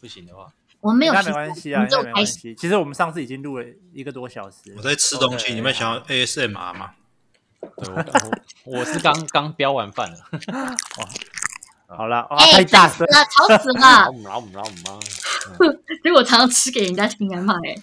不行的话， 我们没有应该没关系啊，应该没关系。 其实我们上次已经录了1个多小时了。 我在吃东西，你们想要 ASMR 吗？ 对，我是刚飙完饭了。 好了，太大声了，吵死了！结果常常吃给人家听啊，妈哎！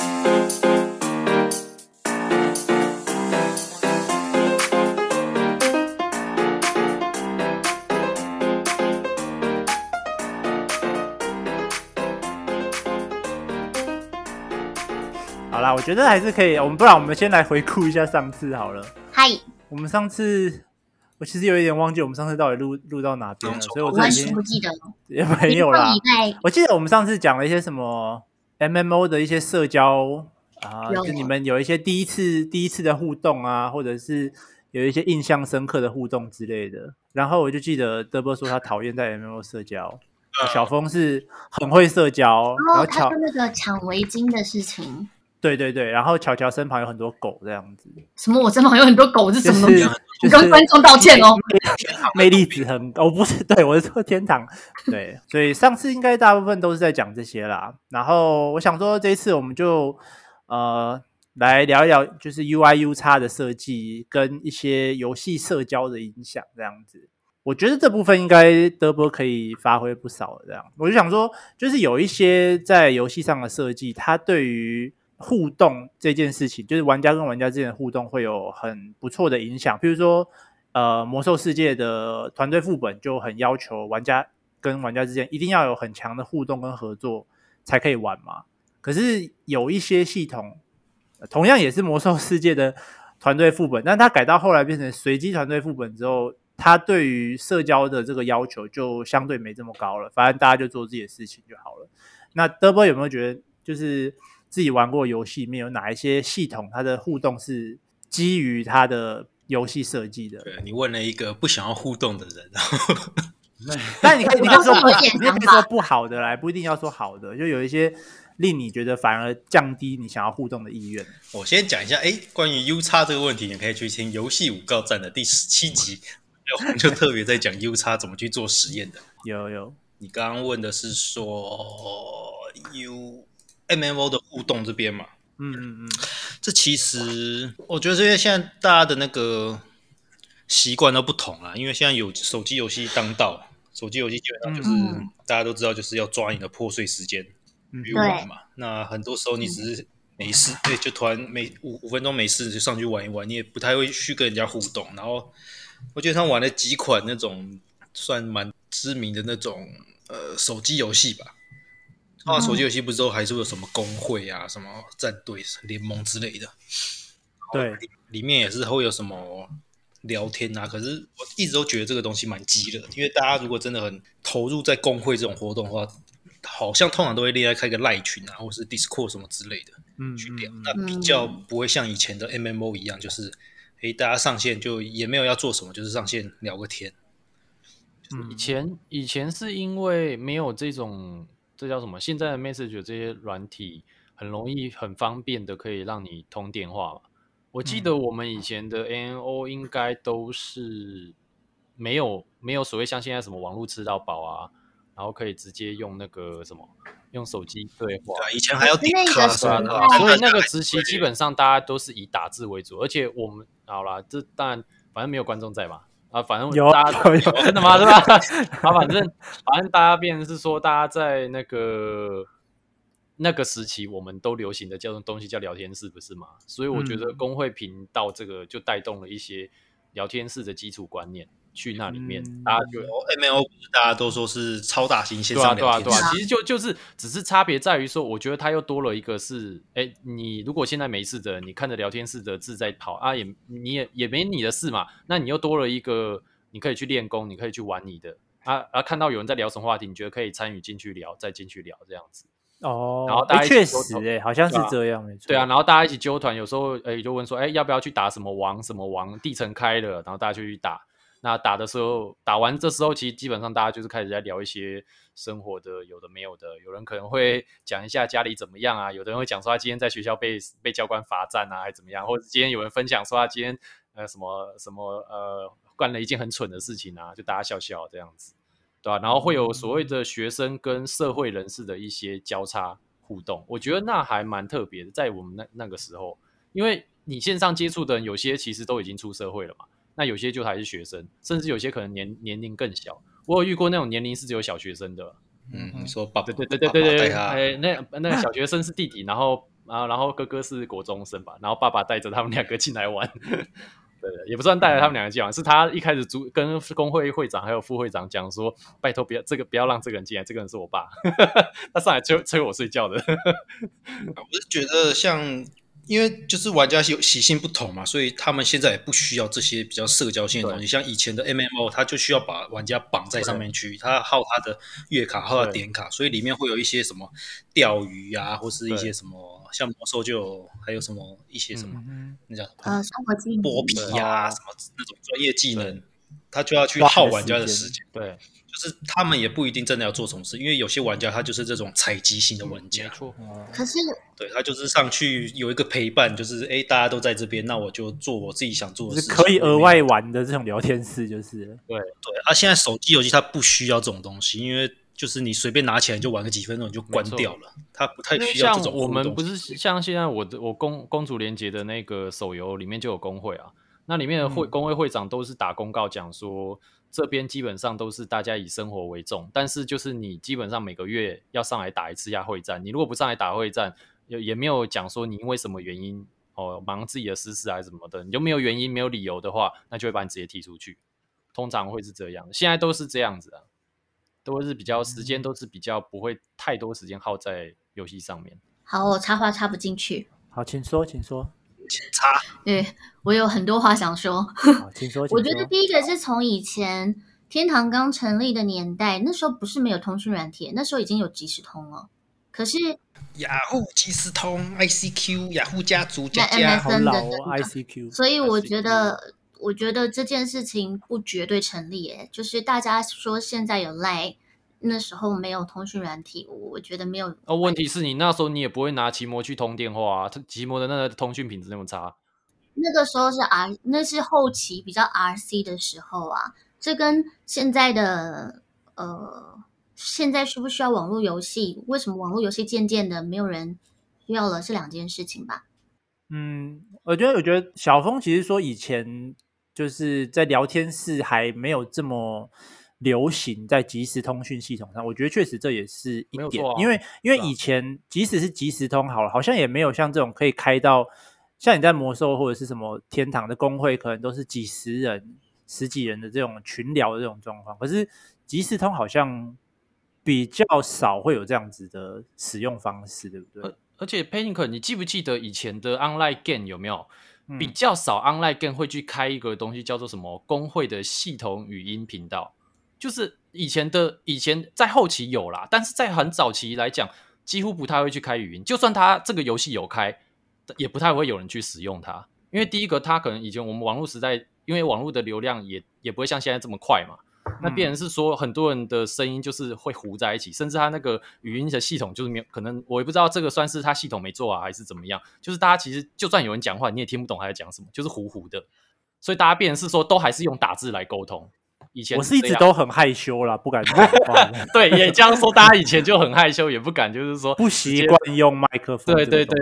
好啦，我觉得还是可以，不然我们先来回顾一下上次好了。 嗨， 我们上次我其实有一点忘记我们上次到底录到哪边了，所以我完全不记得了， 也没有啦。我记得我们上次讲了一些什么 MMO 的一些社交就你们有一些第一次的互动啊，或者是有一些印象深刻的互动之类的。然后我就记得德波说他讨厌在 MMO 社交，小峰是很会社交， 然后他跟那个抢围巾的事情。 对对对，然后乔乔身旁有很多狗这样子。 什么？我身旁有很多狗是什么东西？ 你跟观众道歉哦。 魅力值很高，不是，对，我是说天堂。对，所以上次应该大部分都是在讲这些啦。然后我想说这一次我们就来聊一聊，就是 UI/UX 的设计跟一些游戏社交的影响这样子。我觉得这部分应该德波可以发挥不少的这样。我就想说，就是有一些在游戏上的设计，它对于互动这件事情，就是玩家跟玩家之间的互动会有很不错的影响。譬如说魔兽世界的团队副本就很要求玩家跟玩家之间一定要有很强的互动跟合作才可以玩嘛。可是有一些系统同样也是魔兽世界的团队副本，但它改到后来变成随机团队副本之后，它对于社交的这个要求就相对没这么高了，反正大家就做自己的事情就好了。那德波有没有觉得就是自己玩过游戏里面有哪一些系统它的互动是基于它的游戏设计的？ 对，你问了一个不想要互动的人， 但你可以说不好的来，不一定要说好的，就有一些令你觉得反而降低你想要互动的意愿。 我先讲一下，关于 UX 这个问题，你可以去听《游戏五告站》的第17集，我们就特别在讲 UX 怎么去做实验的。 有， 你刚刚问的是说 MMO 的互动这边嘛？这其实我觉得因为现在大家的那个习惯都不同啦，因为现在有手机游戏当道，手机游戏基本上就是大家都知道就是要抓你的破碎时间去玩嘛。那很多时候你只是没事，就突然每5分钟没事就上去玩一玩，你也不太会去跟人家互动。然后我觉得他玩了几款那种算蛮知名的那种手机游戏吧。手机游戏不是都还是会有什么工会啊、什么战队联盟之类的， 对， 里面也是会有什么聊天啊。可是我一直都觉得这个东西蛮鸡的，因为大家如果真的很投入在工会这种活动的话，好像通常都会另外开个赖群啊，或是 Discord 什么之类的去聊。那比较不会像以前的 MMO 一样，就是大家上线就也没有要做什么，就是上线聊个天。 以前是因为没有这种。这叫什么？现在的 message 这些软体很容易、很方便的可以让你通电话嘛。我记得我们以前的 MMO 应该都是没有所谓像现在什么网络吃到饱啊，然后可以直接用那个什么用手机对话。 对，以前还要点卡所以那个时期基本上大家都是以打字为主，而且我们好啦，这当然反正没有观众在嘛。反正大家有真的吗？对吧？反正大家变成是说，大家在那个时期，我们都流行的叫东西叫聊天室，不是吗？所以我觉得工会频道这个就带动了一些聊天室的基础观念，去那里面，大家就 MMO 大家都说是超大型线上聊天室， 其实就是只是差别在于说，我觉得它又多了一个是，你如果现在没事的，你看着聊天室的字在跑啊，你也没你的事嘛，那你又多了一个，你可以去练功，你可以去玩你的看到有人在聊什么话题，你觉得可以参与进去聊，再进去聊这样子。然后大家确实好像是这样，没错。 对啊，然后大家一起揪团，有时候就问说，要不要去打什么王？地层开了，然后大家就去打。那打的时候，打完这时候，其实基本上大家就是开始在聊一些生活的，有的没有的。有人可能会讲一下家里怎么样啊，有的人会讲说他今天在学校被教官罚站啊，还是怎么样，或者今天有人分享说他今天什么干了一件很蠢的事情啊，就大家笑笑这样子。 对吧？然后会有所谓的学生跟社会人士的一些交叉互动，我觉得那还蛮特别的，在我们那个时候，因为你线上接触的人，有些其实都已经出社会了嘛，那有些就还是学生，甚至有些可能年龄更小。我有遇过那种年龄是只有小学生的， 你说爸爸对， 带他， 那个小学生是弟弟，然后哥哥是国中生吧，然后爸爸带着他们两个进来玩。对，也不算带着他们两个进来，是他一开始跟工会会长还有副会长讲说，拜托不要让这个人进来，这个人是我爸。他上来催我睡觉的。 我是觉得因为就是玩家习性不同嘛，所以他们现在也不需要这些比较社交性的东西。像以前的 MMO， 它就需要把玩家绑在上面去，它耗他的月卡、耗他的点卡，所以里面会有一些什么钓鱼啊，或是一些什么，像魔兽还有什么一些什么，那叫生活技能、 剥皮啊，什么那种专业技能，他就要去耗玩家的时间。 对。 就是他们也不一定真的要做什么事，因为有些玩家他就是这种采集型的玩家， 没错。 可是对他就是上去有一个陪伴，就是大家都在这边，那我就做我自己想做的事情， 是可以额外玩的这种聊天室，就是对。现在手机游戏它不需要这种东西，因为就是你随便拿起来就玩个几分钟你就关掉了，它不太需要这种互动。 像我们不是像现在我公主连结的那个手游里面就有工会啊，那里面的工会会长都是打公告讲说，这边基本上都是大家以生活为重，但是就是你基本上每个月要上来打一次下会战，你如果不上来打会战，也没有讲说你因为什么原因忙自己的私事还是什么的，你就没有原因没有理由的话，那就会把你直接踢出去，通常会是这样的，现在都是这样子啊，都是比较时间都是比较不会太多时间耗在游戏上面。 好，我插话插不进去。 好，请说。 对，我有很多话想说。 好，请说。 我觉得第一个是从以前天堂刚成立的年代，那时候不是没有通讯软体，那时候已经有即时通了。可是雅虎即时通、ICQ、雅虎家族、 那 MSN 的 ICQ， 所以我觉得这件事情不绝对成立耶，就是大家说现在有 LINE， 那时候没有通讯软体，我觉得没有。 问题是你那时候你也不会拿奇摩去通电话啊，奇摩的那个通讯品质那么差。 那个时候是那是后期比较 RC 的时候啊，这跟现在的现在需不需要网络游戏？为什么网络游戏渐渐的没有人需要了？是两件事情吧？ 我觉得小峰其实说以前就是在聊天室还没有这么流行在即时通讯系统上，我觉得确实这也是一点，因为以前即使是即时通好了，好像也没有像这种可以开到像你在魔兽或者是什么天堂的公会，可能都是几十人、十几人的这种群聊的这种状况，可是即时通好像比较少会有这样子的使用方式，对不对？ 而且 Panic， 你记不记得以前的 Online Game 有没有比较少 Online Game 会去开一个东西叫做什么工会的系统语音频道？就是以前在后期有啦，但是在很早期来讲，几乎不太会去开语音。就算他这个游戏有开，也不太会有人去使用它。因为第一个，它可能以前我们网络时代，因为网络的流量也不会像现在这么快嘛。那变成是说很多人的声音就是会糊在一起，甚至他那个语音的系统就是没有，可能我也不知道这个算是他系统没做好还是怎么样，就是大家其实就算有人讲话你也听不懂他在讲什么，就是糊糊的，所以大家变成是说都还是用打字来沟通。以前我是一直都很害羞啦，不敢讲话。 对，也这样说，大家以前就很害羞，也不敢，就是说不习惯用麦克风。 对，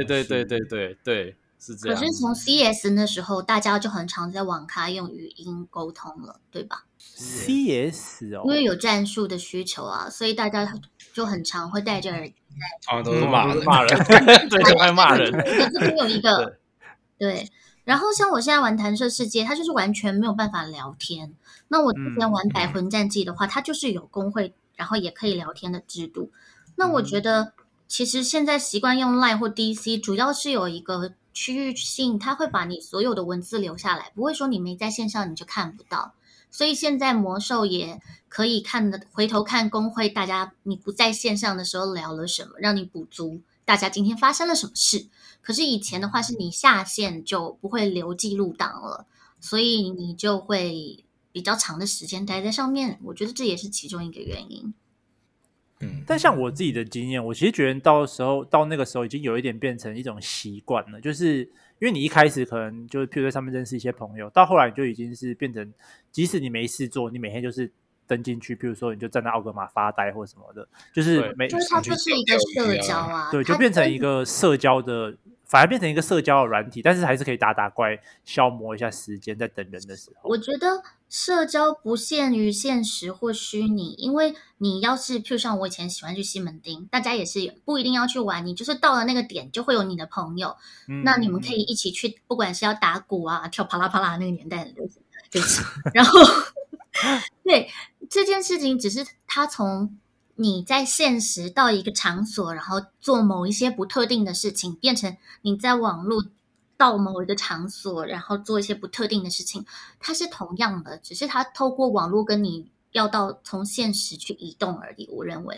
是这样。 可是从 CS 那时候，大家就很常在网咖用语音沟通了，对吧 ？CS 哦， 因为有战术的需求啊，所以大家就很常会戴着耳机在。 都是骂人， 对，就爱骂人。 这边有一个对。然后像我现在玩弹射世界，它就是完全没有办法聊天。那我之前玩百魂战记的话，它就是有工会，然后也可以聊天的制度。那我觉得其实现在习惯用 LINE 或 DC， 主要是有一个区域性，它会把你所有的文字留下来，不会说你没在线上你就看不到。所以现在魔兽也可以回头看工会，大家你不在线上的时候聊了什么，让你补足大家今天发生了什么事。可是以前的话是你下线就不会留记录档了，所以你就会比较长的时间待在上面，我觉得这也是其中一个原因。 但像我自己的经验，我其实觉得到那个时候已经有一点变成一种习惯了，就是因为你一开始可能就是譬如在上面认识一些朋友，到后来就已经是变成，即使你没事做，你每天就是登进去，譬如说你就站在奥格玛发呆或什么的，就是它就是一个社交啊， 对，就变成一个社交的，反而变成一个社交的软体，但是还是可以打怪，消磨一下时间，在等人的时候。 我觉得社交不限于现实或虚拟，因为你要是譬如像我以前喜欢去西门町，大家也是不一定要去玩，你就是到了那个点就会有你的朋友，那你们可以一起去，不管是要打鼓啊、跳啪啦啪啦，那个年代很流行，就是然后对这件事情，只是它从你在现实到一个场所，然后做某一些不特定的事情，变成你在网络到某一个场所，然后做一些不特定的事情，它是同样的，只是它透过网络跟你要到从现实去移动而已。我认为，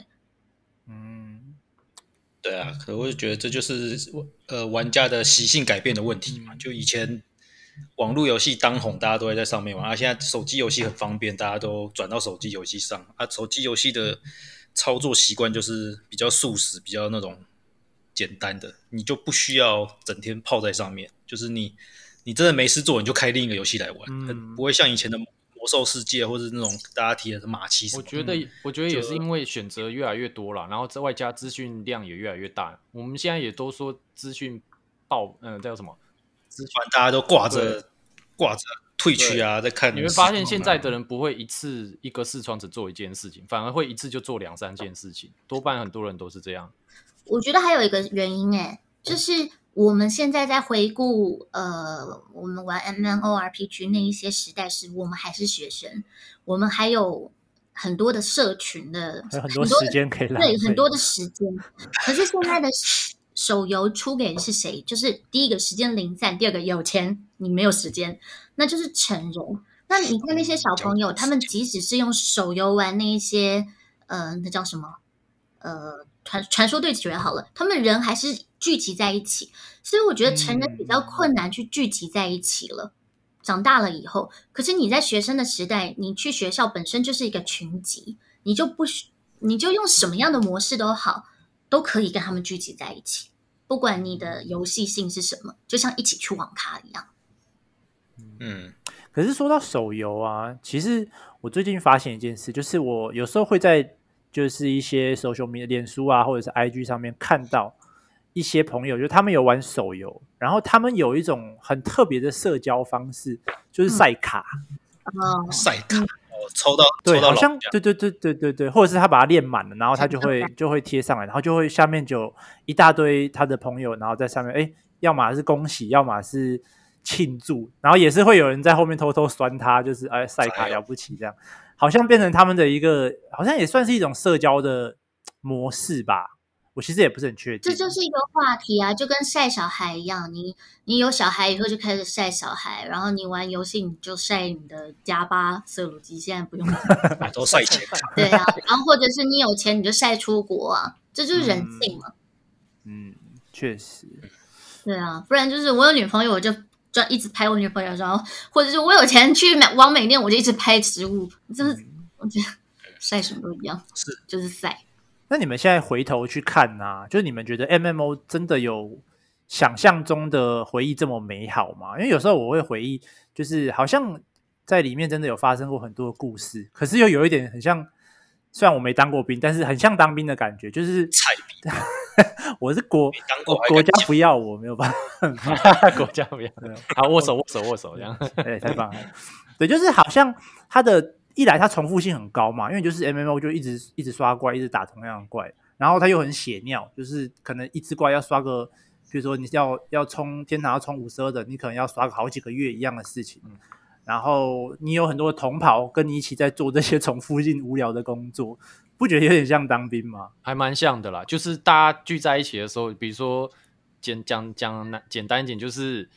对啊，可我就觉得这就是玩家的习性改变的问题嘛。就以前网络游戏当红，大家都会在上面玩，现在手机游戏很方便，大家都转到手机游戏上手机游戏的操作习惯就是比较速食，比较那种简单的，你就不需要整天泡在上面，就是你真的没事做，你就开另一个游戏来玩，不会像以前的魔兽世界或是那种大家提的马奇什么。 我觉得也是因为选择越来越多了，然后外加资讯量也越来越大。我们现在也都说资讯叫什么？ 大家都挂着退区啊，在看。 你会发现现在的人不会一个视窗只做一件事情，反而会一次就做2-3件事情，多半很多人都是这样。 我觉得还有一个原因就是我们现在在回顾我们玩 MMORPG 那一些时代时，我们还是学生，我们还有很多的社群的， 有很多时间可以浪费， 对，很多的时间。可是现在的手游出给的是谁？就是第一个时间零散，第二个有钱你没有时间，那就是成人。那你看那些小朋友，他们即使是用手游玩那一些那叫什么传说对决好了，他们人还是聚集在一起，所以我觉得成人比较困难去聚集在一起了。长大了以后，可是你在学生的时代，你去学校本身就是一个群集，你就用什么样的模式都好，都可以跟他们聚集在一起，不管你的游戏性是什么，就像一起去网咖一样。 可是说到手游啊，其实我最近发现一件事，就是我有时候会在就是一些 social media 脸书啊，或者是 IG 上面看到一些朋友，就他们有玩手游，然后他们有一种很特别的社交方式，就是晒卡。 晒卡，抽到好像对，或者是他把它练满了，然后他就会贴上来，然后就会下面就一大堆他的朋友，然后在上面，要么是恭喜，要么是庆祝，然后也是会有人在后面偷偷酸他，就是晒卡了不起这样，好像变成他们的一个，好像也算是一种社交的模式吧。我其实也不是很确定， 这就是一个话题啊，就跟晒小孩一样，你有小孩以后就开始晒小孩，然后你玩游戏你就晒你的加8色鲁机，现在不用都晒钱， 对啊，然后或者是你有钱你就晒出国啊，这就是人性嘛。 确实，对啊，不然就是我有女朋友我就一直拍我女朋友，然后或者是我有钱去网美店我就一直拍食物，就是我觉得晒什么都一样，就是晒。 那你们现在回头去看啊，就是你们觉得 MMO 真的有想象中的回忆这么美好吗？因为有时候我会回忆，就是好像在里面真的有发生过很多的故事，可是又有一点很像，虽然我没当过兵，但是很像当兵的感觉，就是菜兵。 我是国家不要我，没有办法，国家不要，好握手这样， 太棒了。对，就是好像他的。一来它重复性很高嘛，因为就是 MMO 就一直刷怪，一直打同样的怪，然后它又很血尿，就是可能一只怪要刷个，比如说你要冲天堂要冲52的，你可能要刷个好几个月一样的事情，然后你有很多的同袍跟你一起在做这些重复性无聊的工作，不觉得有点像当兵吗？ 还蛮像的啦，就是大家聚在一起的时候，比如说简单一点，就是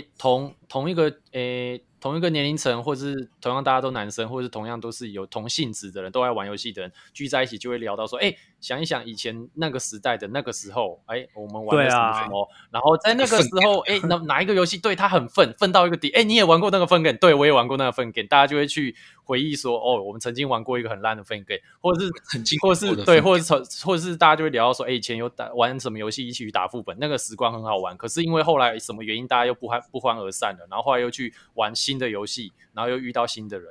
同一个年龄层，或是同样大家都男生，或是同样都是有同性质的人，都爱玩游戏的人，聚在一起就会聊到说，想一想以前那个时代的那个时候，我们玩的什么什么，然后在那个时候，哪一个游戏对他很愤到一个底，你也玩过那个分 game， 对我也玩过那个分 game， 大家就会去回忆说，我们曾经玩过一个很烂的分 game， 或者是大家就会聊到说，以前有玩什么游戏一起去打副本，那个时光很好玩，可是因为后来什么原因，大家又不欢而散了，然后后来又去玩新的游戏，然后又遇到新的人，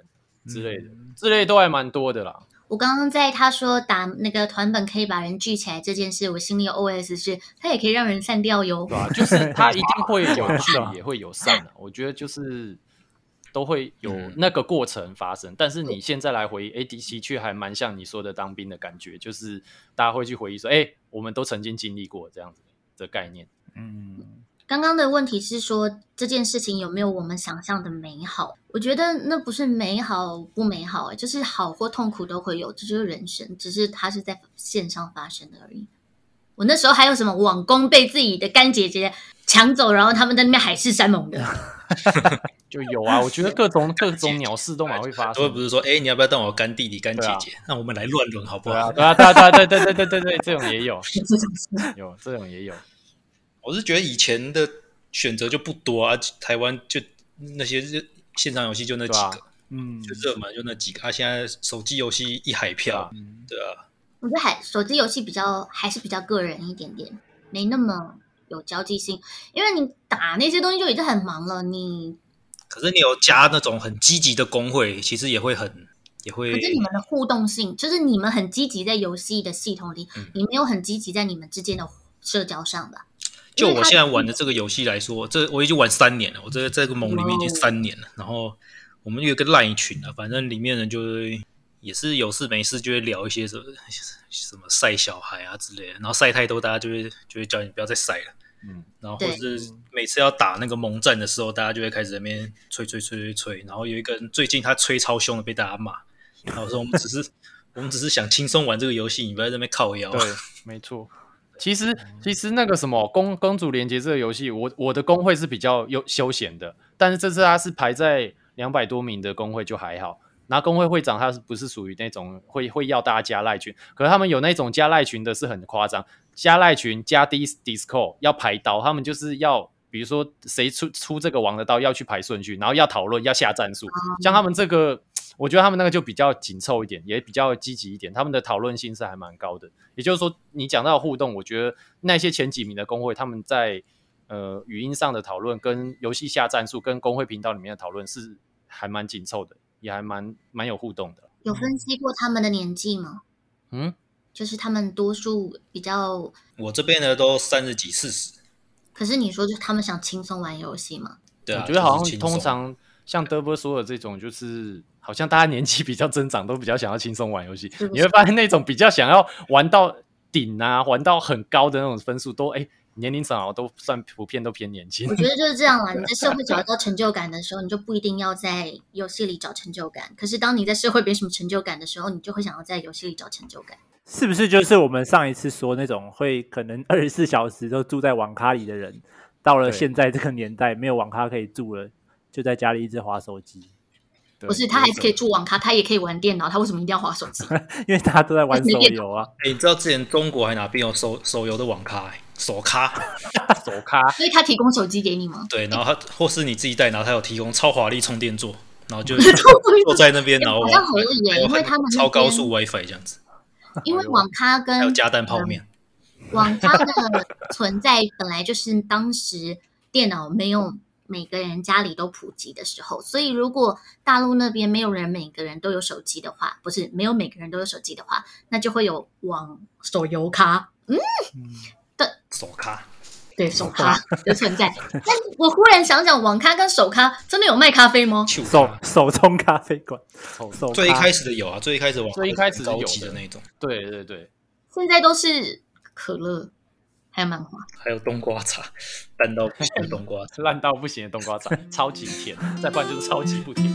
之类的，之类都还蛮多的啦。 我刚刚在他说打那个团本可以把人聚起来这件事，我心里有 OS 是，他也可以让人散掉哟。 对啊，就是他一定会有聚，也会有散的。我觉得就是都会有那个过程发生，但是你现在来回忆，的确还蛮像你说的当兵的感觉，就是大家会去回忆说，我们都曾经经历过这样子的概念。 刚刚的问题是说这件事情有没有我们想象的美好？我觉得那不是美好不美好，就是好或痛苦都会有，这就是人生，只是它是在线上发生的而已。我那时候还有什么网工被自己的干姐姐抢走，然后他们在那边海誓山盟的。 就有啊，我觉得各种鸟事都蛮会发生。 都不是说，你要不要当我干弟弟、干姐姐？让我们来乱伦好不好？ 对，这种也有，这种也有。 我是觉得以前的选择就不多啊，台湾就那些线上游戏就那几个，就热门就那几个啊。现在手机游戏一海票，对啊。 我觉得手机游戏还是比较个人一点点，没那么有交际性，因为你打那些东西就已经很忙了， 可是你有加那种很积极的工会，其实也会。可是你们的互动性，就是你们很积极在游戏的系统里，你没有很积极在你们之间的社交上吧？ 就我现在玩的这个游戏来说，我已经玩3年了，我这个盟里面已经3年了。然后我们有一个LINE群啊，反正里面人就也是有事没事就会聊一些什么晒小孩啊之类的，然后晒太多，大家就会叫你不要再晒了。然后或者是每次要打那个盟战的时候，大家就会开始在那边吹，然后有一个人最近他吹超凶的被大家骂，然后说我们只是想轻松玩这个游戏，你不要在那边靠腰。 对，没错。其实那个什么公主连结这个游戏，我的工会是比较休闲的，但是这次它是排在200多名的工会就还好。然后工会会长他不是属于那种会要大家加赖群，可是他们有那种加赖群的是很夸张，加赖群加 Discord 要排刀，他们就是要比如说谁出这个王的刀要去排顺序，然后要讨论要下战术。像他们这个，我觉得他们那个就比较紧凑一点，也比较积极一点，他们的讨论性是还蛮高的。也就是说，你讲到互动，我觉得那些前几名的工会，他们在语音上的讨论、跟游戏下战术、跟工会频道里面的讨论是还蛮紧凑的，也还蛮有互动的。 有分析过他们的年纪吗？就是他们多数比较， 我这边的都30几40。 可是你说就是他们想轻松玩游戏吗？ 对啊， 我觉得好像通常像德波说的这种，就是好像大家年纪比较增长，都比较想要轻松玩游戏。你会发现那种比较想要玩到顶啊，玩到很高的那种分数，都年龄层都算普遍都偏年轻。 我觉得就是这样啦。你在社会找到成就感的时候，你就不一定要在游戏里找成就感。可是当你在社会没什么成就感的时候，你就会想要在游戏里找成就感。 是不是就是我们上一次说那种会可能24小时都住在网咖里的人，到了现在这个年代没有网咖可以住了，就在家里一直滑手机？ 不是，他还是可以住网咖，他也可以玩电脑，他为什么一定要滑手机？ 因为大家都在玩手游啊。 你知道之前中国还哪边有手游的网咖？手咖， 所以他提供手机给你吗？ 对，然后或是你自己带，然后他有提供超华丽充电座，然后就坐在那边，然后好像合理耶，因为他们超高速 WiFi 这样子。 因为网咖跟还有加蛋泡面， 网咖的存在本来就是当时电脑没有每个人家里都普及的时候，所以如果大陆那边没有人每个人都有手机的话，不是没有每个人都有手机的话，那就会有手游咖，的手咖， 对手咖的存在。但我忽然想想，网咖跟手咖真的有卖咖啡吗？ 手冲咖啡馆， 最一开始的有啊，最一开始网咖最一开始高级的那种， 对， 现在都是可乐。还有漫画， 还有冬瓜茶，烂到不行的冬瓜茶， 烂到不行的冬瓜茶，超级甜，再不然就是超级不甜。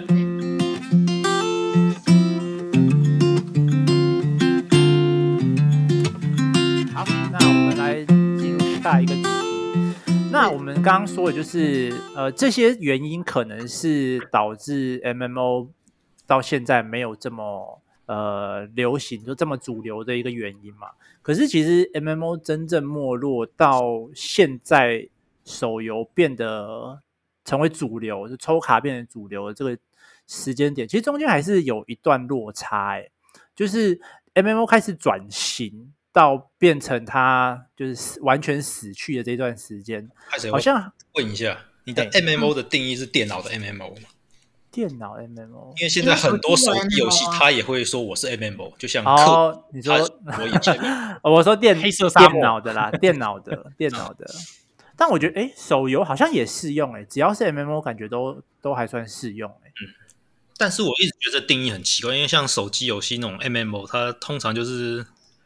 好，那我们来进入下一个主题。那我们刚刚说的就是这些原因可能是导致 MMO 到现在没有这么流行，就这么主流的一个原因嘛。可是其实 MMO 真正没落到现在，手游变得成为主流，就抽卡变成主流的这个时间点，其实中间还是有一段落差就是 MMO 开始转型到变成它就是完全死去的这段时间，好像问一下，你的 MMO 的定义是电脑的 MMO 吗？ 电脑 MMO， 因为现在很多手机游戏它也会说我是 MMO， 就像你说我也是我说黑色沙漠电脑的啦，电脑的。但我觉得手游好像也适用只要是 MMO 感觉都还算适用但是我一直觉得这定义很奇怪，因为像手机游戏那种 MMO， 它通常就是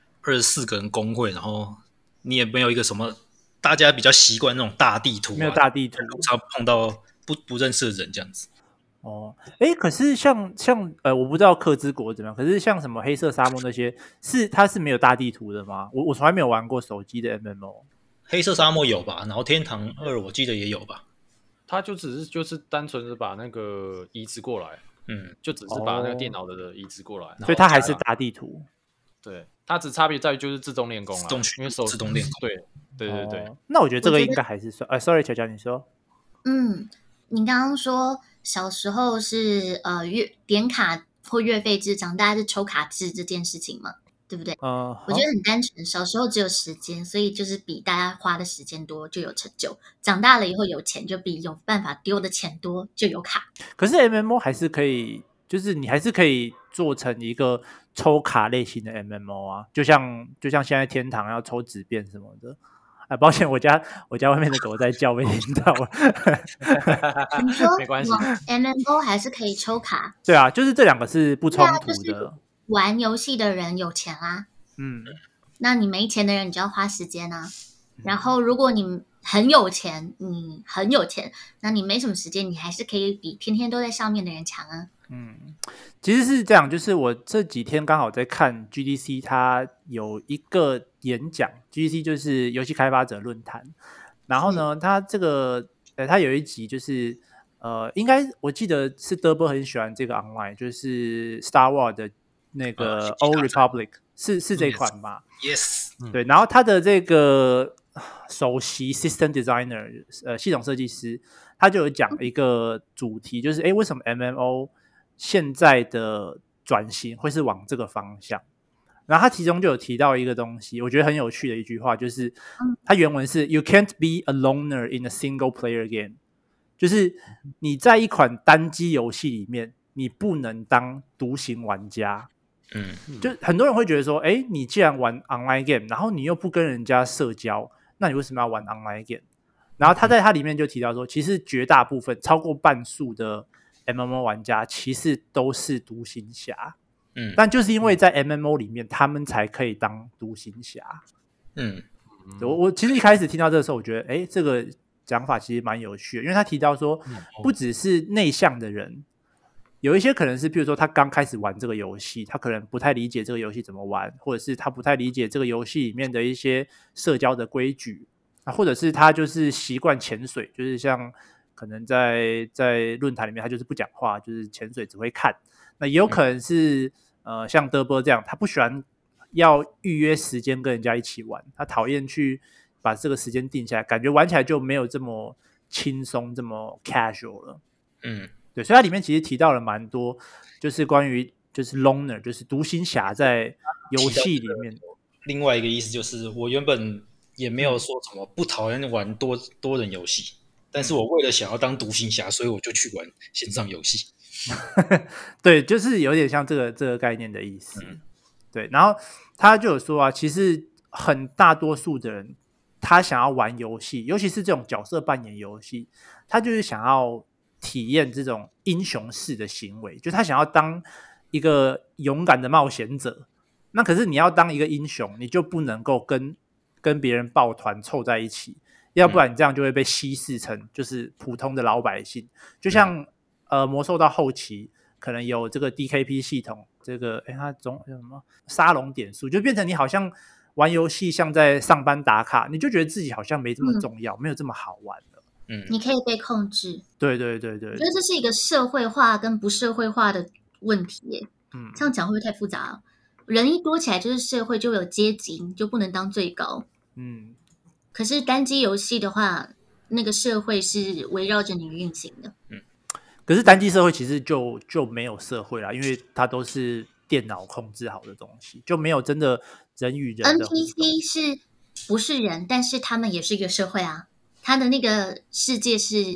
24个人公会，然后你也没有一个什么大家比较习惯那种大地图没有大地图， 路上碰到不认识的人这样子。 可是像我不知道克之国怎么样，可是像什么黑色沙漠那些，它是没有大地图的吗？我从来没有玩过手机的 MMO。 黑色沙漠有吧？然后天堂2我记得也有吧？ 它就是单纯的把那个移植过来，就只是把那个电脑的移植过来， 所以它还是大地图。 对，它只差别在于就是自动练功啦，因为自动练功。 对。 那我觉得这个应该还是算，sorry， 乔乔你说。 你刚刚说小时候是点卡或月费制，长大是抽卡制这件事情嘛？对不对？我觉得很单纯，小时候只有时间，所以就是比大家花的时间多就有成就。长大了以后有钱，就比有办法丢的钱多就有卡。 可是 MMO 还是可以，就是你还是可以做成一个抽卡类型的 MMO 啊，就像现在天堂要抽纸变什么的。抱歉，我家外面的狗在叫，被听到了。 你说没关系 ，MMO 还是可以抽卡？ 对啊，就是这两个是不冲突的。 就是玩游戏的人有钱啦，那你没钱的人你就要花时间啊。然后如果你很有钱，那你没什么时间，你还是可以比天天都在上面的人强啊。 其实是这样，就是我这几天刚好在看 GDC， 它有一个演讲 ，GDC 就是游戏开发者论坛。然后呢，它这个它有一集就是应该我记得是德波很喜欢这个 online， 就是 Star Wars 的那个 Old Republic， 是这款吧 ？Yes， 对。然后他的这个首席 System Designer 系统设计师，他就有讲一个主题，就是为什么 MMO 现在的转型会是往这个方向。然后他其中就有提到一个东西，我觉得很有趣的一句话，就是他原文是 You can't be a loner in a single player game， 就是你在一款单机游戏里面，你不能当独行玩家。就很多人会觉得说，你既然玩 online game， 然后你又不跟人家社交，那你为什么要玩 online game？ 然后他在他里面就提到说，其实绝大部分超过半数的 MMO 玩家其实都是独行侠。但就是因为在 MMO 里面，他们才可以当独行侠。我其实一开始听到这个时候，我觉得这个讲法其实蛮有趣的，因为他提到说，不只是内向的人，有一些可能是，比如说他刚开始玩这个游戏，他可能不太理解这个游戏怎么玩，或者是他不太理解这个游戏里面的一些社交的规矩，或者是他就是习惯潜水，就是像可能在论坛里面他就是不讲话，就是潜水只会看。那也有可能是像德波这样，他不喜欢要预约时间跟人家一起玩，他讨厌去把这个时间定下来，感觉玩起来就没有这么轻松，这么 casual 了。对，所以它里面其实提到了蛮多，就是关于就是 loner， 就是独行侠在游戏里面。 另外一个意思就是，我原本也没有说什么不讨厌玩多人游戏，但是我为了想要当独行侠，所以我就去玩线上游戏。 对，就是有点像这个概念的意思。对，然后他就有说啊，其实很大多数的人，他想要玩游戏，尤其是这种角色扮演游戏，他就是想要体验这种英雄式的行为，就是他想要当一个勇敢的冒险者。那可是你要当一个英雄，你就不能够跟别人抱团凑在一起，要不然你这样就会被稀释成就是普通的老百姓。就像魔兽到后期可能有这个 DKP 系统，这个它叫什么沙龙点数，就变成你好像玩游戏像在上班打卡，你就觉得自己好像没这么重要，没有这么好玩了。 你可以被控制。 对，我觉得这是一个社会化跟不社会化的问题耶。这样讲会不会太复杂？人一多起来就是社会，就有阶级，你就不能当最高。可是单机游戏的话，那个社会是围绕着你运行的。 可是单机社会其实就没有社会啦，因为它都是电脑控制好的东西，就没有真的人与人的 NPC 是不是人？但是他们也是一个社会啊，他的那个世界是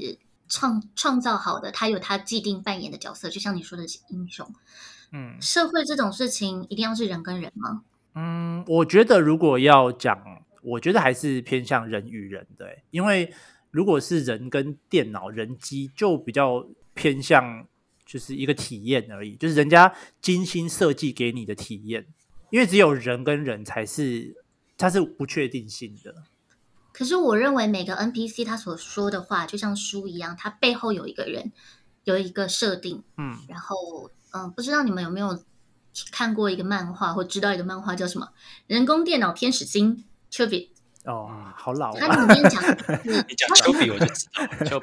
创造好的，他有他既定扮演的角色，就像你说的英雄。社会这种事情一定要是人跟人吗？ 我觉得如果要讲，我觉得还是偏向人与人的，因为如果是人跟电脑人机，就比较偏向就是一个体验而已，就是人家精心设计给你的体验，因为只有人跟人它是不确定性的。 可是我认为每个 NPC 他所说的话就像书一样，他背后有一个人，有一个设定。然后不知道你们有没有看过一个漫画，或知道一个漫画叫什么人工电脑天使心 Chubby。 好老啊。 它里面讲你讲 Chubby 我就知道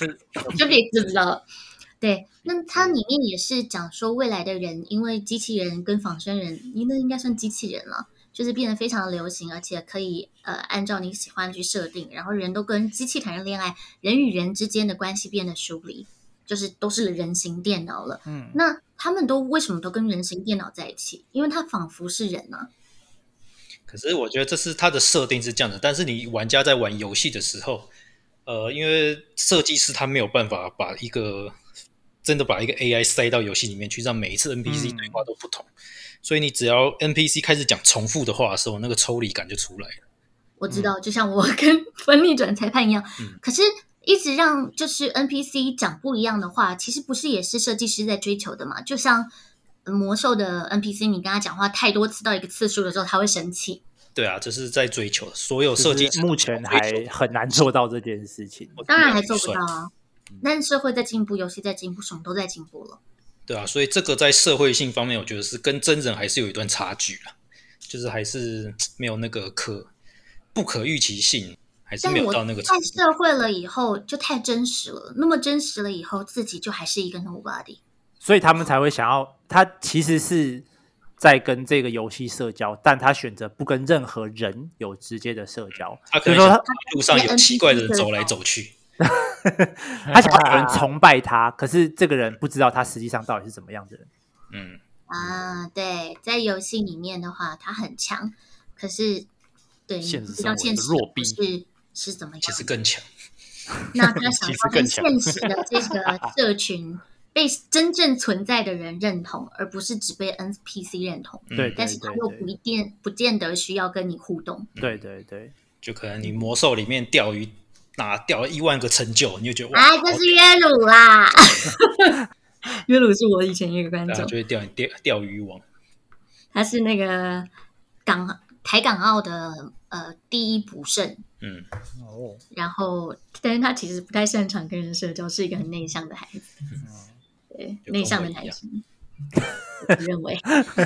Chubby 知不知道？对，那它里面也是讲说未来的人因为机器人跟仿生人，那应该算机器人了，就是变得非常流行，而且可以按照你喜欢去设定，然后人都跟机器谈恋爱，人与人之间的关系变得疏离，就是都是人形电脑了。那他们为什么都跟人形电脑在一起？因为他仿佛是人啊。 可是我觉得这是它的设定是这样的，但是你玩家在玩游戏的时候，因为设计师他没有办法真的把一个 AI 塞到游戏里面去，让每一次 NPC 对话都不同，所以你只要 NPC 开始讲重复的话的时候，那个抽离感就出来了。 我知道，就像我跟分力转裁判一样，可是一直让就是 NPC 讲不一样的话，其实不是也是设计师在追求的嘛？就像魔兽的 NPC， 你跟他讲话太多次到一个次数的时候，他会生气。 对啊，这是在追求，所有设计师目前还很难做到这件事情。 当然还做不到啊，但社会在进步，游戏在进步，什么都在进步了。 对啊，所以这个在社会性方面，我觉得是跟真人还是有一段差距啦，就是还是没有那个不可预期性，还是没有到那个程度。 太社会了以后就太真实了，那么真实了以后，自己就还是一个 nobody。 所以他们才会想要，他其实是在跟这个游戏社交，但他选择不跟任何人有直接的社交。 他可能想路上有奇怪的人走来走去， 他想要有人崇拜他，可是这个人不知道他实际上到底是怎么样的人。 对，在游戏里面的话，他很强，可是对你不知道现实弱逼是怎么样， 其实更强。 那他想要跟现实的这个社群被真正存在的人认同，而不是只被 NPC 认同。 对， 但是他又不见得需要跟你互动。 对对对， 就可能你魔兽里面钓鱼钓了1万个成就，你就觉得哇， 这是约鲁啦。约鲁是我以前一个观众， 就会钓鱼王。 他是那个台港澳的第一捕胜。然后但是他其实不太擅长跟人社交，是一个很内向的孩子。对，内向的男生，我认为。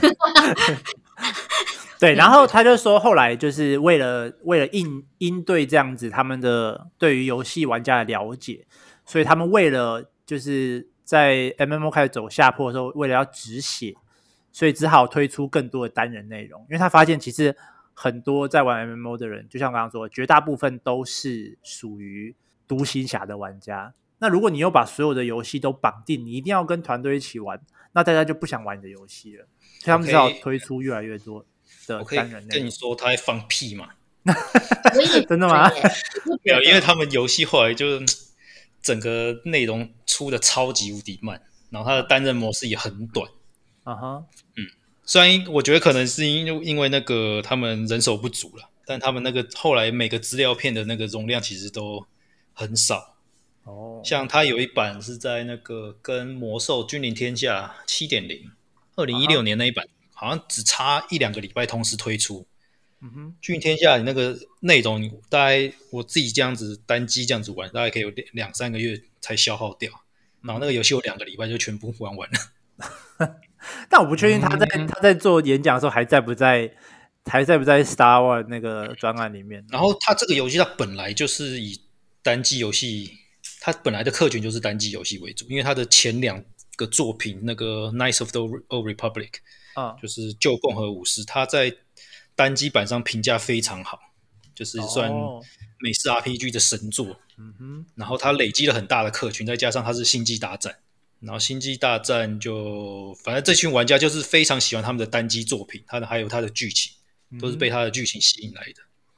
对，然后他就说，后来就是为了应对这样子他们的对于游戏玩家的了解，所以他们为了就是在 MMO 开始走下坡的时候，为了要止血，所以只好推出更多的单人内容。因为他发现其实很多在玩 MMO 的人，就像刚刚说，绝大部分都是属于独行侠的玩家。那如果你又把所有的游戏都绑定，你一定要跟团队一起玩，那大家就不想玩你的游戏了。所以他们只好推出越来越多的单人内容。 我可以跟你说他在放屁吗？ 真的吗？ 没有，因为他们游戏后来就整个内容出的超级无敌慢，然后他的单人模式也很短。虽然我觉得可能是因为那个他们人手不足了，但他们那个后来每个资料片的那个容量其实都很少。像他有一版是在那个跟魔兽君临天下 7.0 2016年那一版，好像只差1-2个礼拜同时推出。君临天下你那个内容大概我自己这样子单机这样子玩，大概可以有2-3个月才消耗掉，然后那个游戏有2个礼拜就全部玩完了。 但我不确定他在做演讲的时候还在不在 Star Wars 那个专案里面。 然后他这个游戏它本来就是以单机游戏，它本来的客群就是单机游戏为主，因为它的前2个作品那个 Knights of the Old Republic 就是旧共和武士，它在单机版上评价非常好，就是算美式 RPG 的神作。然后它累积了很大的客群，再加上它是星际大战，然后星际大战就反正这群玩家就是非常喜欢他们的单机作品，还有它的剧情，都是被它的剧情吸引来的。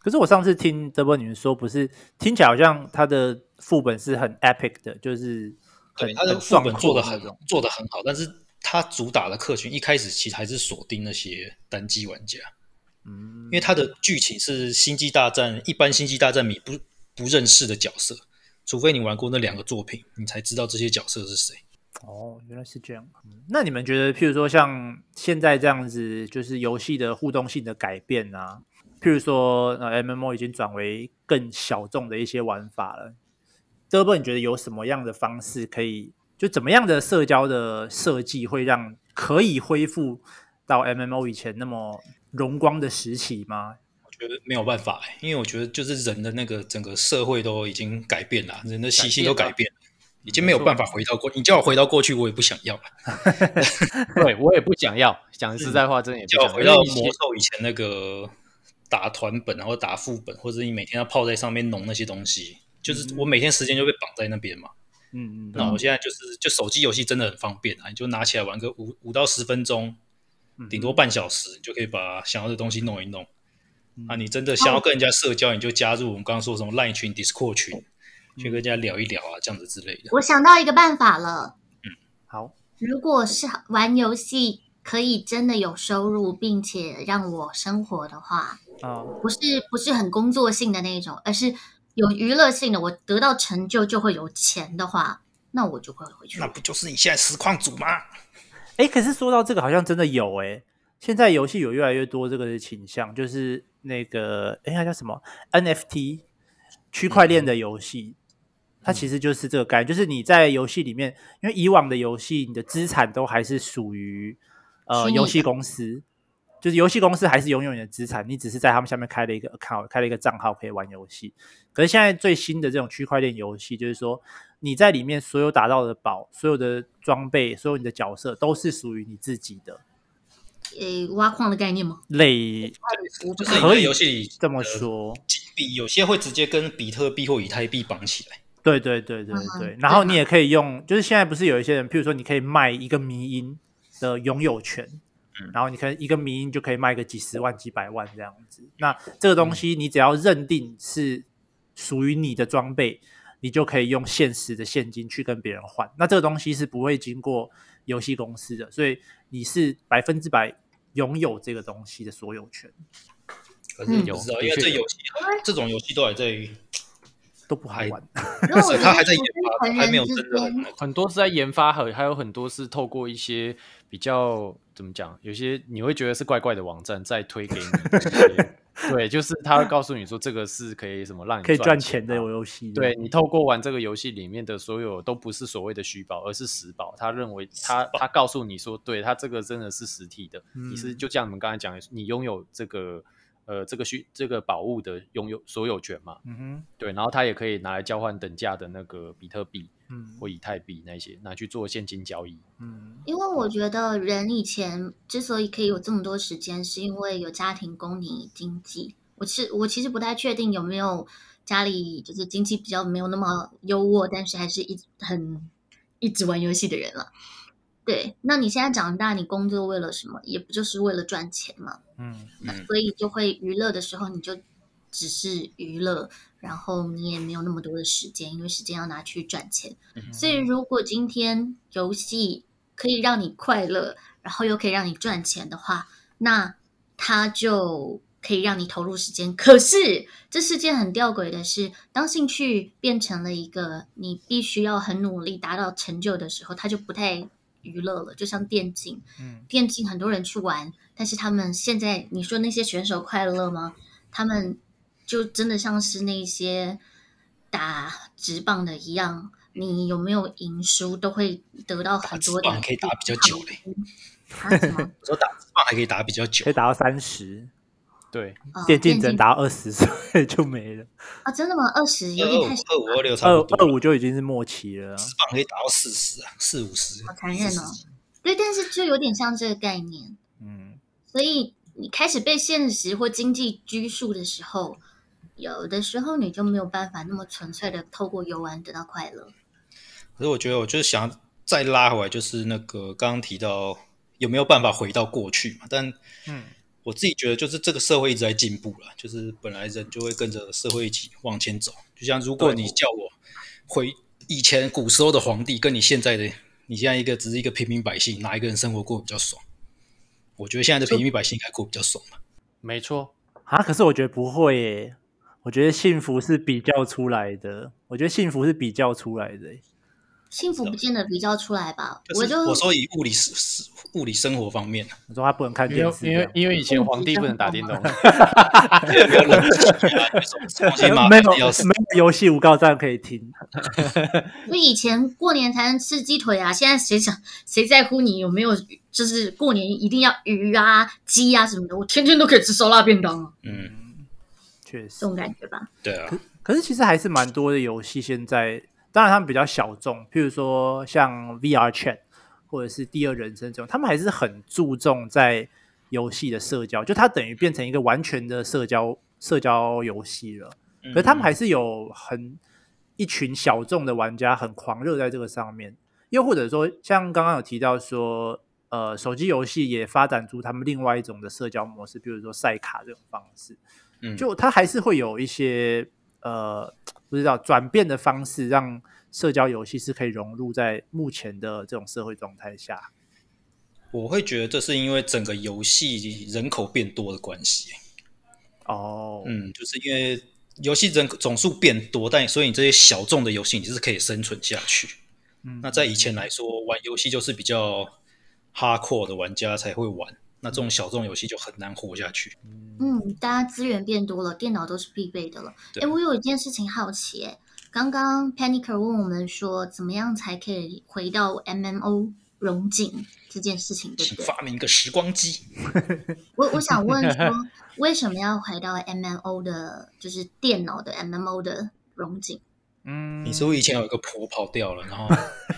可是我上次听德伯你们说，不是听起来好像他的副本是很 epic 的，就是对他的副本做得很好，但是他主打的客群一开始其实还是锁定那些单机玩家，因为他的剧情是星际大战，一般星际大战迷不认识的角色，除非你玩过那2个作品，你才知道这些角色是谁。 哦，原来是这样。那你们觉得，譬如说像现在这样子，就是游戏的互动性的改变啊，譬如说MMO 已经转为更小众的一些玩法了。德伯，你觉得有什么样的方式可以，就怎么样的社交的设计会让可以恢复到 MMO 以前那么荣光的时期吗？ 我觉得没有办法，因为我觉得就是人的那个整个社会都已经改变了，人的习性都改变了。已经没有办法回到过，你叫我回到过去，我也不想要了。 对，我也不想要。讲实在话，真的也不想要。 叫我回到魔兽以前那个打团本，然后打副本，或者你每天要泡在上面弄那些东西，就是我每天时间就被绑在那边嘛。那我现在就手机游戏真的很方便啊，你就拿起来玩个5到10分钟，顶多半小时，你就可以把想要的东西弄一弄。你真的想要跟人家社交，你就加入我们刚刚说什么 LINE 群、Discord 群。去跟人家聊一聊啊，这样子之类的。 我想到一个办法了。 好。 如果是玩游戏可以真的有收入，并且让我生活的话，不是很工作性的那种，而是有娱乐性的，我得到成就就会有钱的话，那我就会回去。 那不就是你现在实况组吗？ 可是说到这个，好像真的有现在游戏有越来越多这个的倾向，就是那个它叫什么 NFT 区块链的游戏。它其实就是这个概念，就是你在游戏里面，因为以往的游戏，你的资产都还是属于游戏公司，就是游戏公司还是拥有你的资产，你只是在他们下面开了一个 account， 开了一个账号可以玩游戏。可是现在最新的这种区块链游戏，就是说你在里面所有打到的宝、所有的装备、所有你的角色都是属于你自己的。 挖矿的概念吗？ 就是可以游戏里这么说， 有些会直接跟比特币或以太币绑起来。 对，然后你也可以用，就是现在不是有一些人，譬如说你可以卖一个迷因的拥有权，然后你可以一个迷因就可以卖个几十万、几百万这样子。那这个东西你只要认定是属于你的装备，你就可以用现实的现金去跟别人换。那这个东西是不会经过游戏公司的，所以你是100%拥有这个东西的所有权。 可是你不知道，因为这种游戏都还在。 都不好玩， 他还在研发，还没有真的很多是在研发，还有很多是透过一些比较怎么讲，有些你会觉得是怪怪的网站再推给你。对，就是他会告诉你说这个是可以什么让你可以赚钱的游戏。 对，你透过玩这个游戏里面的所有都不是所谓的虚宝，而是实宝。他认为他告诉你说，对他这个真的是实体的，你是就像你们刚才讲的，你拥有这个。这个宝物的拥有所有权嘛，对，然后它也可以拿来交换等价的那个比特币，或以太币那些，拿去做现金交易。 因为我觉得人以前之所以可以有这么多时间，是因为有家庭供你经济。我其实不太确定有没有家里就是经济比较没有那么优渥，但是还是一直玩游戏的人了。对，那你现在长大，你工作为了什么？也不就是为了赚钱嘛。所以就会娱乐的时候，你就只是娱乐，然后你也没有那么多的时间，因为时间要拿去赚钱。所以如果今天游戏可以让你快乐，然后又可以让你赚钱的话，那它就可以让你投入时间。可是这是件很吊诡的事，当兴趣变成了一个你必须要很努力达到成就的时候，它就不太娱乐了。就像电竞，电竞很多人去玩，但是他们现在你说那些选手快乐吗？他们就真的像是那些打职棒的一样，你有没有赢输都会得到很多的。 打职棒可以打比较久嘞。我说打职棒还可以打比较久， 可以打到30。 对， 电竞只能打到20岁就没了。 真的吗？20有点太少。 25、26差不多。 25就已经是末期了。 职棒可以打到40啊，40、50。 好残忍哦。对，但是就有点像这个概念。所以你开始被现实或经济拘束的时候，有的时候你就没有办法那么纯粹的透过游玩得到快乐。 可是我觉得，我就是想再拉回来，就是那个刚刚提到有没有办法回到过去嘛？但我自己觉得就是这个社会一直在进步了，就是本来人就会跟着社会一起往前走。就像如果你叫我回以前古时候的皇帝，跟你现在的你现在只是一个平民百姓，哪一个人生活过比较爽？我觉得现在的平民百姓应该过比较爽吧。 没错啊，可是我觉得不会耶，我觉得幸福是比较出来的， 幸福不见得比较出来吧？ 我说以物理生活方面， 我说他不能看电视， 因为以前皇帝不能打电动， 没有冷气啊， 没有游戏无告站可以听。 所以以前过年才能吃鸡腿啊，现在谁在乎你有没有？就是过年一定要鱼啊、鸡啊什么的，我天天都可以吃烧腊便当啊。 确实这种感觉吧。 对啊， 可是其实还是蛮多的游戏现在。当然，他们比较小众，譬如说像 VR Chat 或者是第二人生这种，他们还是很注重在游戏的社交，就它等于变成一个完全的社交游戏了。可是他们还是有一群小众的玩家很狂热在这个上面，又或者说像刚刚有提到说，手机游戏也发展出他们另外一种的社交模式，比如说赛卡这种方式，就它还是会有一些。不知道转变的方式，让社交游戏是可以融入在目前的这种社会状态下。 我会觉得这是因为整个游戏人口变多的关系。就是因为游戏人口总数变多，所以你这些小众的游戏你就是可以生存下去。那在以前来说，玩游戏就是比较 hardcore 的玩家才会玩。那这种小众游戏就很难活下去。 大家资源变多了，电脑都是必备的了。我有一件事情好奇，刚刚 Panicker 问我们说，怎么样才可以回到 MMO 荣景这件事情，对不对？ 发明一个时光机。 我想问说，为什么要回到 MMO 的，就是电脑的 MMO 的荣景？ 你是不是以前有一个婆跑掉了，然后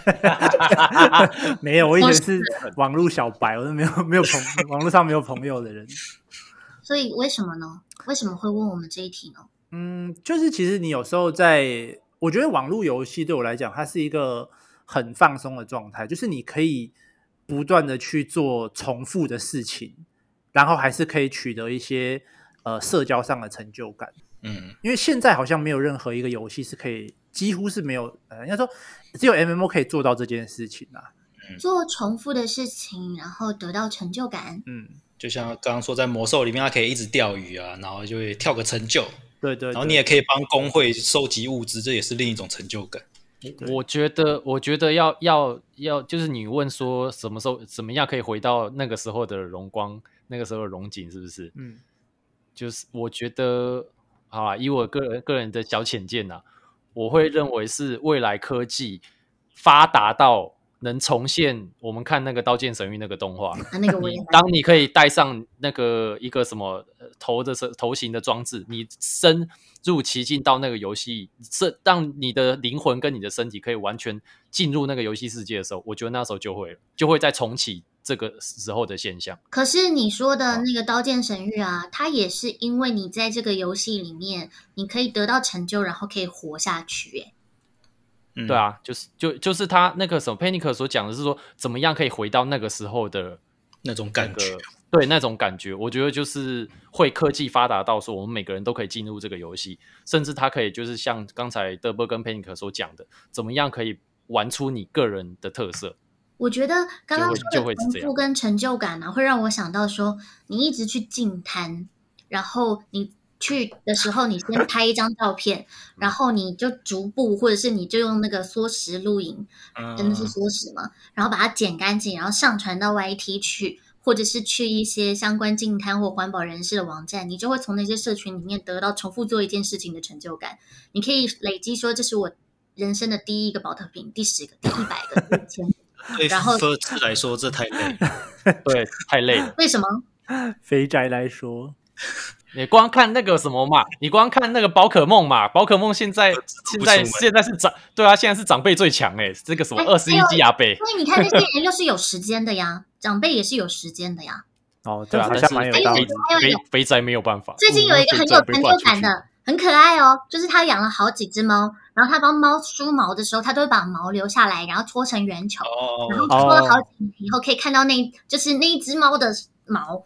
没有，我以前是网络小白，我是没有网络上没有朋友的人。 所以为什么呢？为什么会问我们这一题呢？ 就是其实你有时候我觉得网络游戏对我来讲，它是一个很放松的状态，就是你可以不断的去做重复的事情，然后还是可以取得一些社交上的成就感。因为现在好像没有任何一个游戏是可以，几乎是没有，应该说只有 MMO 可以做到这件事情啊。 做重复的事情，然后得到成就感。 就像刚刚说，在魔兽里面，它可以一直钓鱼啊，然后就会跳个成就。 对， 然后你也可以帮工会收集物资，这也是另一种成就感。 我觉得要，就是你问说什么时候怎么样可以回到那个时候的荣光，那个时候的荣景，是不是？就是我觉得，好啦，以我个人的小浅见啊，我会认为是未来科技发达到能重现我们看那个《刀剑神域》那个动画。当你可以带上那个一个什么头型的装置，你深入其境到那个游戏，让你的灵魂跟你的身体可以完全进入那个游戏世界的时候，我觉得那时候就会再重启这个时候的现象。 可是你说的那个《刀剑神域》啊，它也是因为你在这个游戏里面，你可以得到成就，然后可以活下去。 对啊，就是他那个什么 Panicker 所讲的是说，怎么样可以回到那个时候的那种感觉。 对，那种感觉，我觉得就是会科技发达到说，我们每个人都可以进入这个游戏，甚至它可以就是像刚才德波跟 Panicker 所讲的，怎么样可以玩出你个人的特色。 我觉得刚刚说的重复跟成就感会让我想到说，你一直去进摊，然后你去的时候，你先拍一张照片，然后你就逐步，或者是你就用那个缩时录影，真的是缩时嘛，然后把它剪干净，然后上传到 YT 去，或者是去一些相关净滩或环保人士的网站，你就会从那些社群里面得到重复做一件事情的成就感。你可以累积说，这是我人生的第一个宝特瓶，第10个，第100个，第1000个。 然后对粉丝来说，这太累了。 对，太累了。 为什么？ 肥宅来说。 你光看那个什么嘛，你光看那个宝可梦嘛，宝可梦现在是对啊，现在是长辈最强这个什么21季阿贝。 所以你看那些人又是有时间的呀，长辈也是有时间的呀。 对啊，好像蛮有道理。 肥宅没有办法。 最近有一个很有成就感的，很可爱哦，就是他养了好几只猫，然后他帮猫梳毛的时候，他都会把毛留下来，然后搓成圆球，然后搓了好几年以后，可以看到就是那一只猫的毛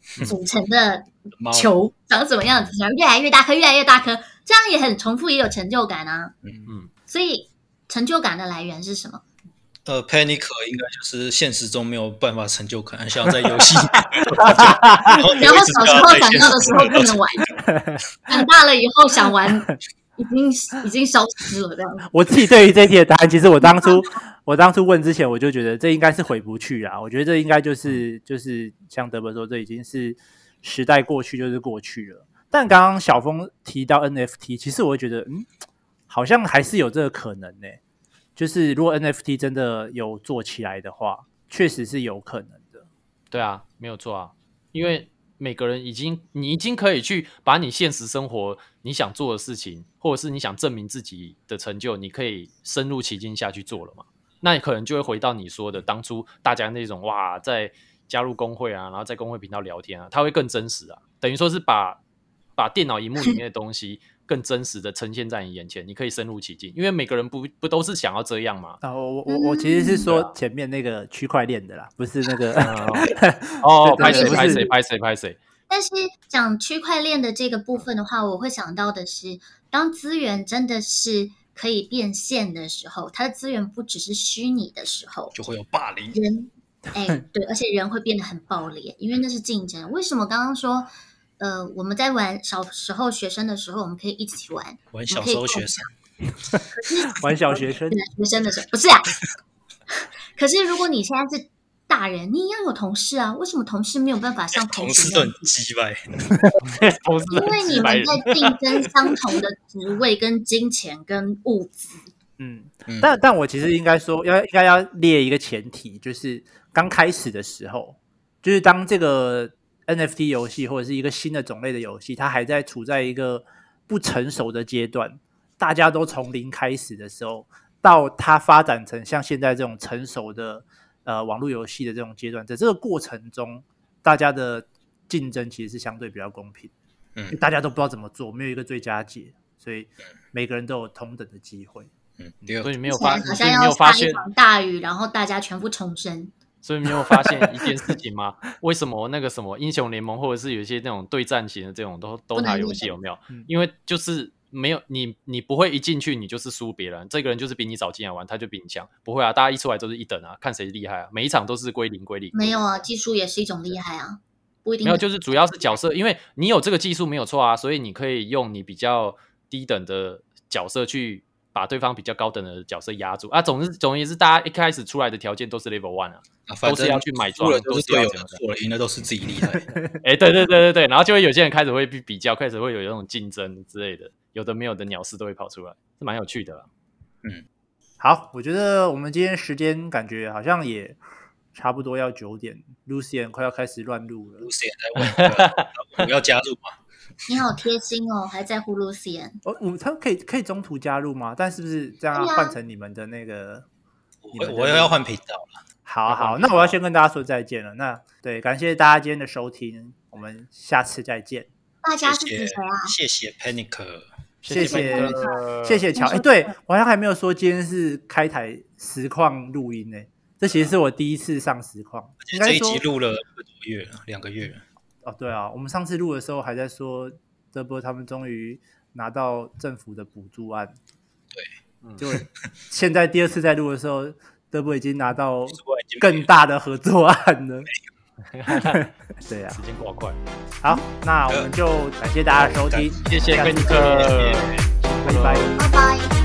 组成的球长什么样子，越来越大颗，越来越大颗，这样也很重复，也有成就感啊。所以成就感的来源是什么 ？Panic 应该就是现实中没有办法成就感，像在游戏， 然后小时候想要的时候不能玩，长大了以后想玩，已经消失了这样。 我自己对于这题的答案，其实我当初问之前，我就觉得这应该是回不去啊。我觉得这应该就是像德伯说，这已经是时代过去就是过去了。但刚刚小峰提到 NFT， 其实我会觉得，好像还是有这个可能呢。就是如果 NFT 真的有做起来的话，确实是有可能的。 对啊，没有错啊，因为每个人你已经可以去把你现实生活你想做的事情，或者是你想证明自己的成就，你可以深入其境下去做了嘛。那你可能就会回到你说的当初大家那种哇，在加入工会啊，然后在工会频道聊天啊，它会更真实啊，等于说是把电脑荧幕里面的东西更真实的呈现在你眼前，你可以深入其境，因为每个人不都是想要这样吗？ 我其实是说前面那个区块链的啦，不是那个拍谁。 但是讲区块链的这个部分的话，我会想到的是，当资源真的是可以变现的时候，它的资源不只是虚拟的时候， 就会有霸凌人。对，而且人会变得很暴烈，因为那是竞争。为什么刚刚说？我们在玩小时候学生的时候，我们可以一起玩小时候学生， 玩小学生学生的时候不是啊。可是如果你现在是大人，你一样有同事啊，为什么同事没有办法像同事都很鸡掰？ 因为你们在竞争相同的职位、跟金钱、跟物资。 但我其实应该说应该要列一个前提，就是刚开始的时候，就是当这个NFT 游戏或者是一个新的种类的游戏，它还在处在一个不成熟的阶段，大家都从零开始的时候，到它发展成像现在这种成熟的网络游戏的这种阶段，在这个过程中，大家的竞争其实是相对比较公平，大家都不知道怎么做，没有一个最佳解，所以每个人都有同等的机会。 所以没有好像要下一场大雨，然后大家全部重生。 所以你有发现一件事情吗？为什么那个什么英雄联盟或者是有一些那种对战型的这种都打游戏有没有？因为就是没有你不会一进去你就是输别人，这个人就是比你早进来玩，他就比你强，不会啊，大家一出来都是一等啊，看谁厉害啊，每一场都是归零。 没有啊，技术也是一种厉害啊，不一定没有，就是主要是角色，因为你有这个技术没有错啊，所以你可以用你比较低等的角色去把对方比较高等的角色压住啊。总而言之，大家一开始出来的条件都是 level 1啊，都是要去买装， 都是队友的错了，赢的都是自己厉害。 对，然后就会有些人开始会比较，开始会有那种竞争之类的，有的没有的鸟事都会跑出来，是蛮有趣的啦。 好，我觉得我们今天时间感觉好像也差不多要9点 ，Lucian 快要开始乱录了。 Lucian 在问我要加入吗？ 你好贴心哦，还在乎 Lucian。 他可以中途加入吗？但是不是这样换成你们的那个？ 我要换频道了。 好，那我要先跟大家说再见了。那对，感谢大家今天的收听，我们下次再见。 大家是指谁啊？ 谢谢 Panic， 谢谢乔。对，我好像还没有说今天是开台实况录音呢，这其实是我第一次上实况。 这一集录了2个月了。 对啊，我们上次录的时候还在说德波他们终于拿到政府的补助案， 对， 就现在第2次在录的时候，德波已经拿到更大的合作案了。对啊， 时间过快。 好，那我们就感谢大家的收听， 谢谢跟你哥， 拜拜。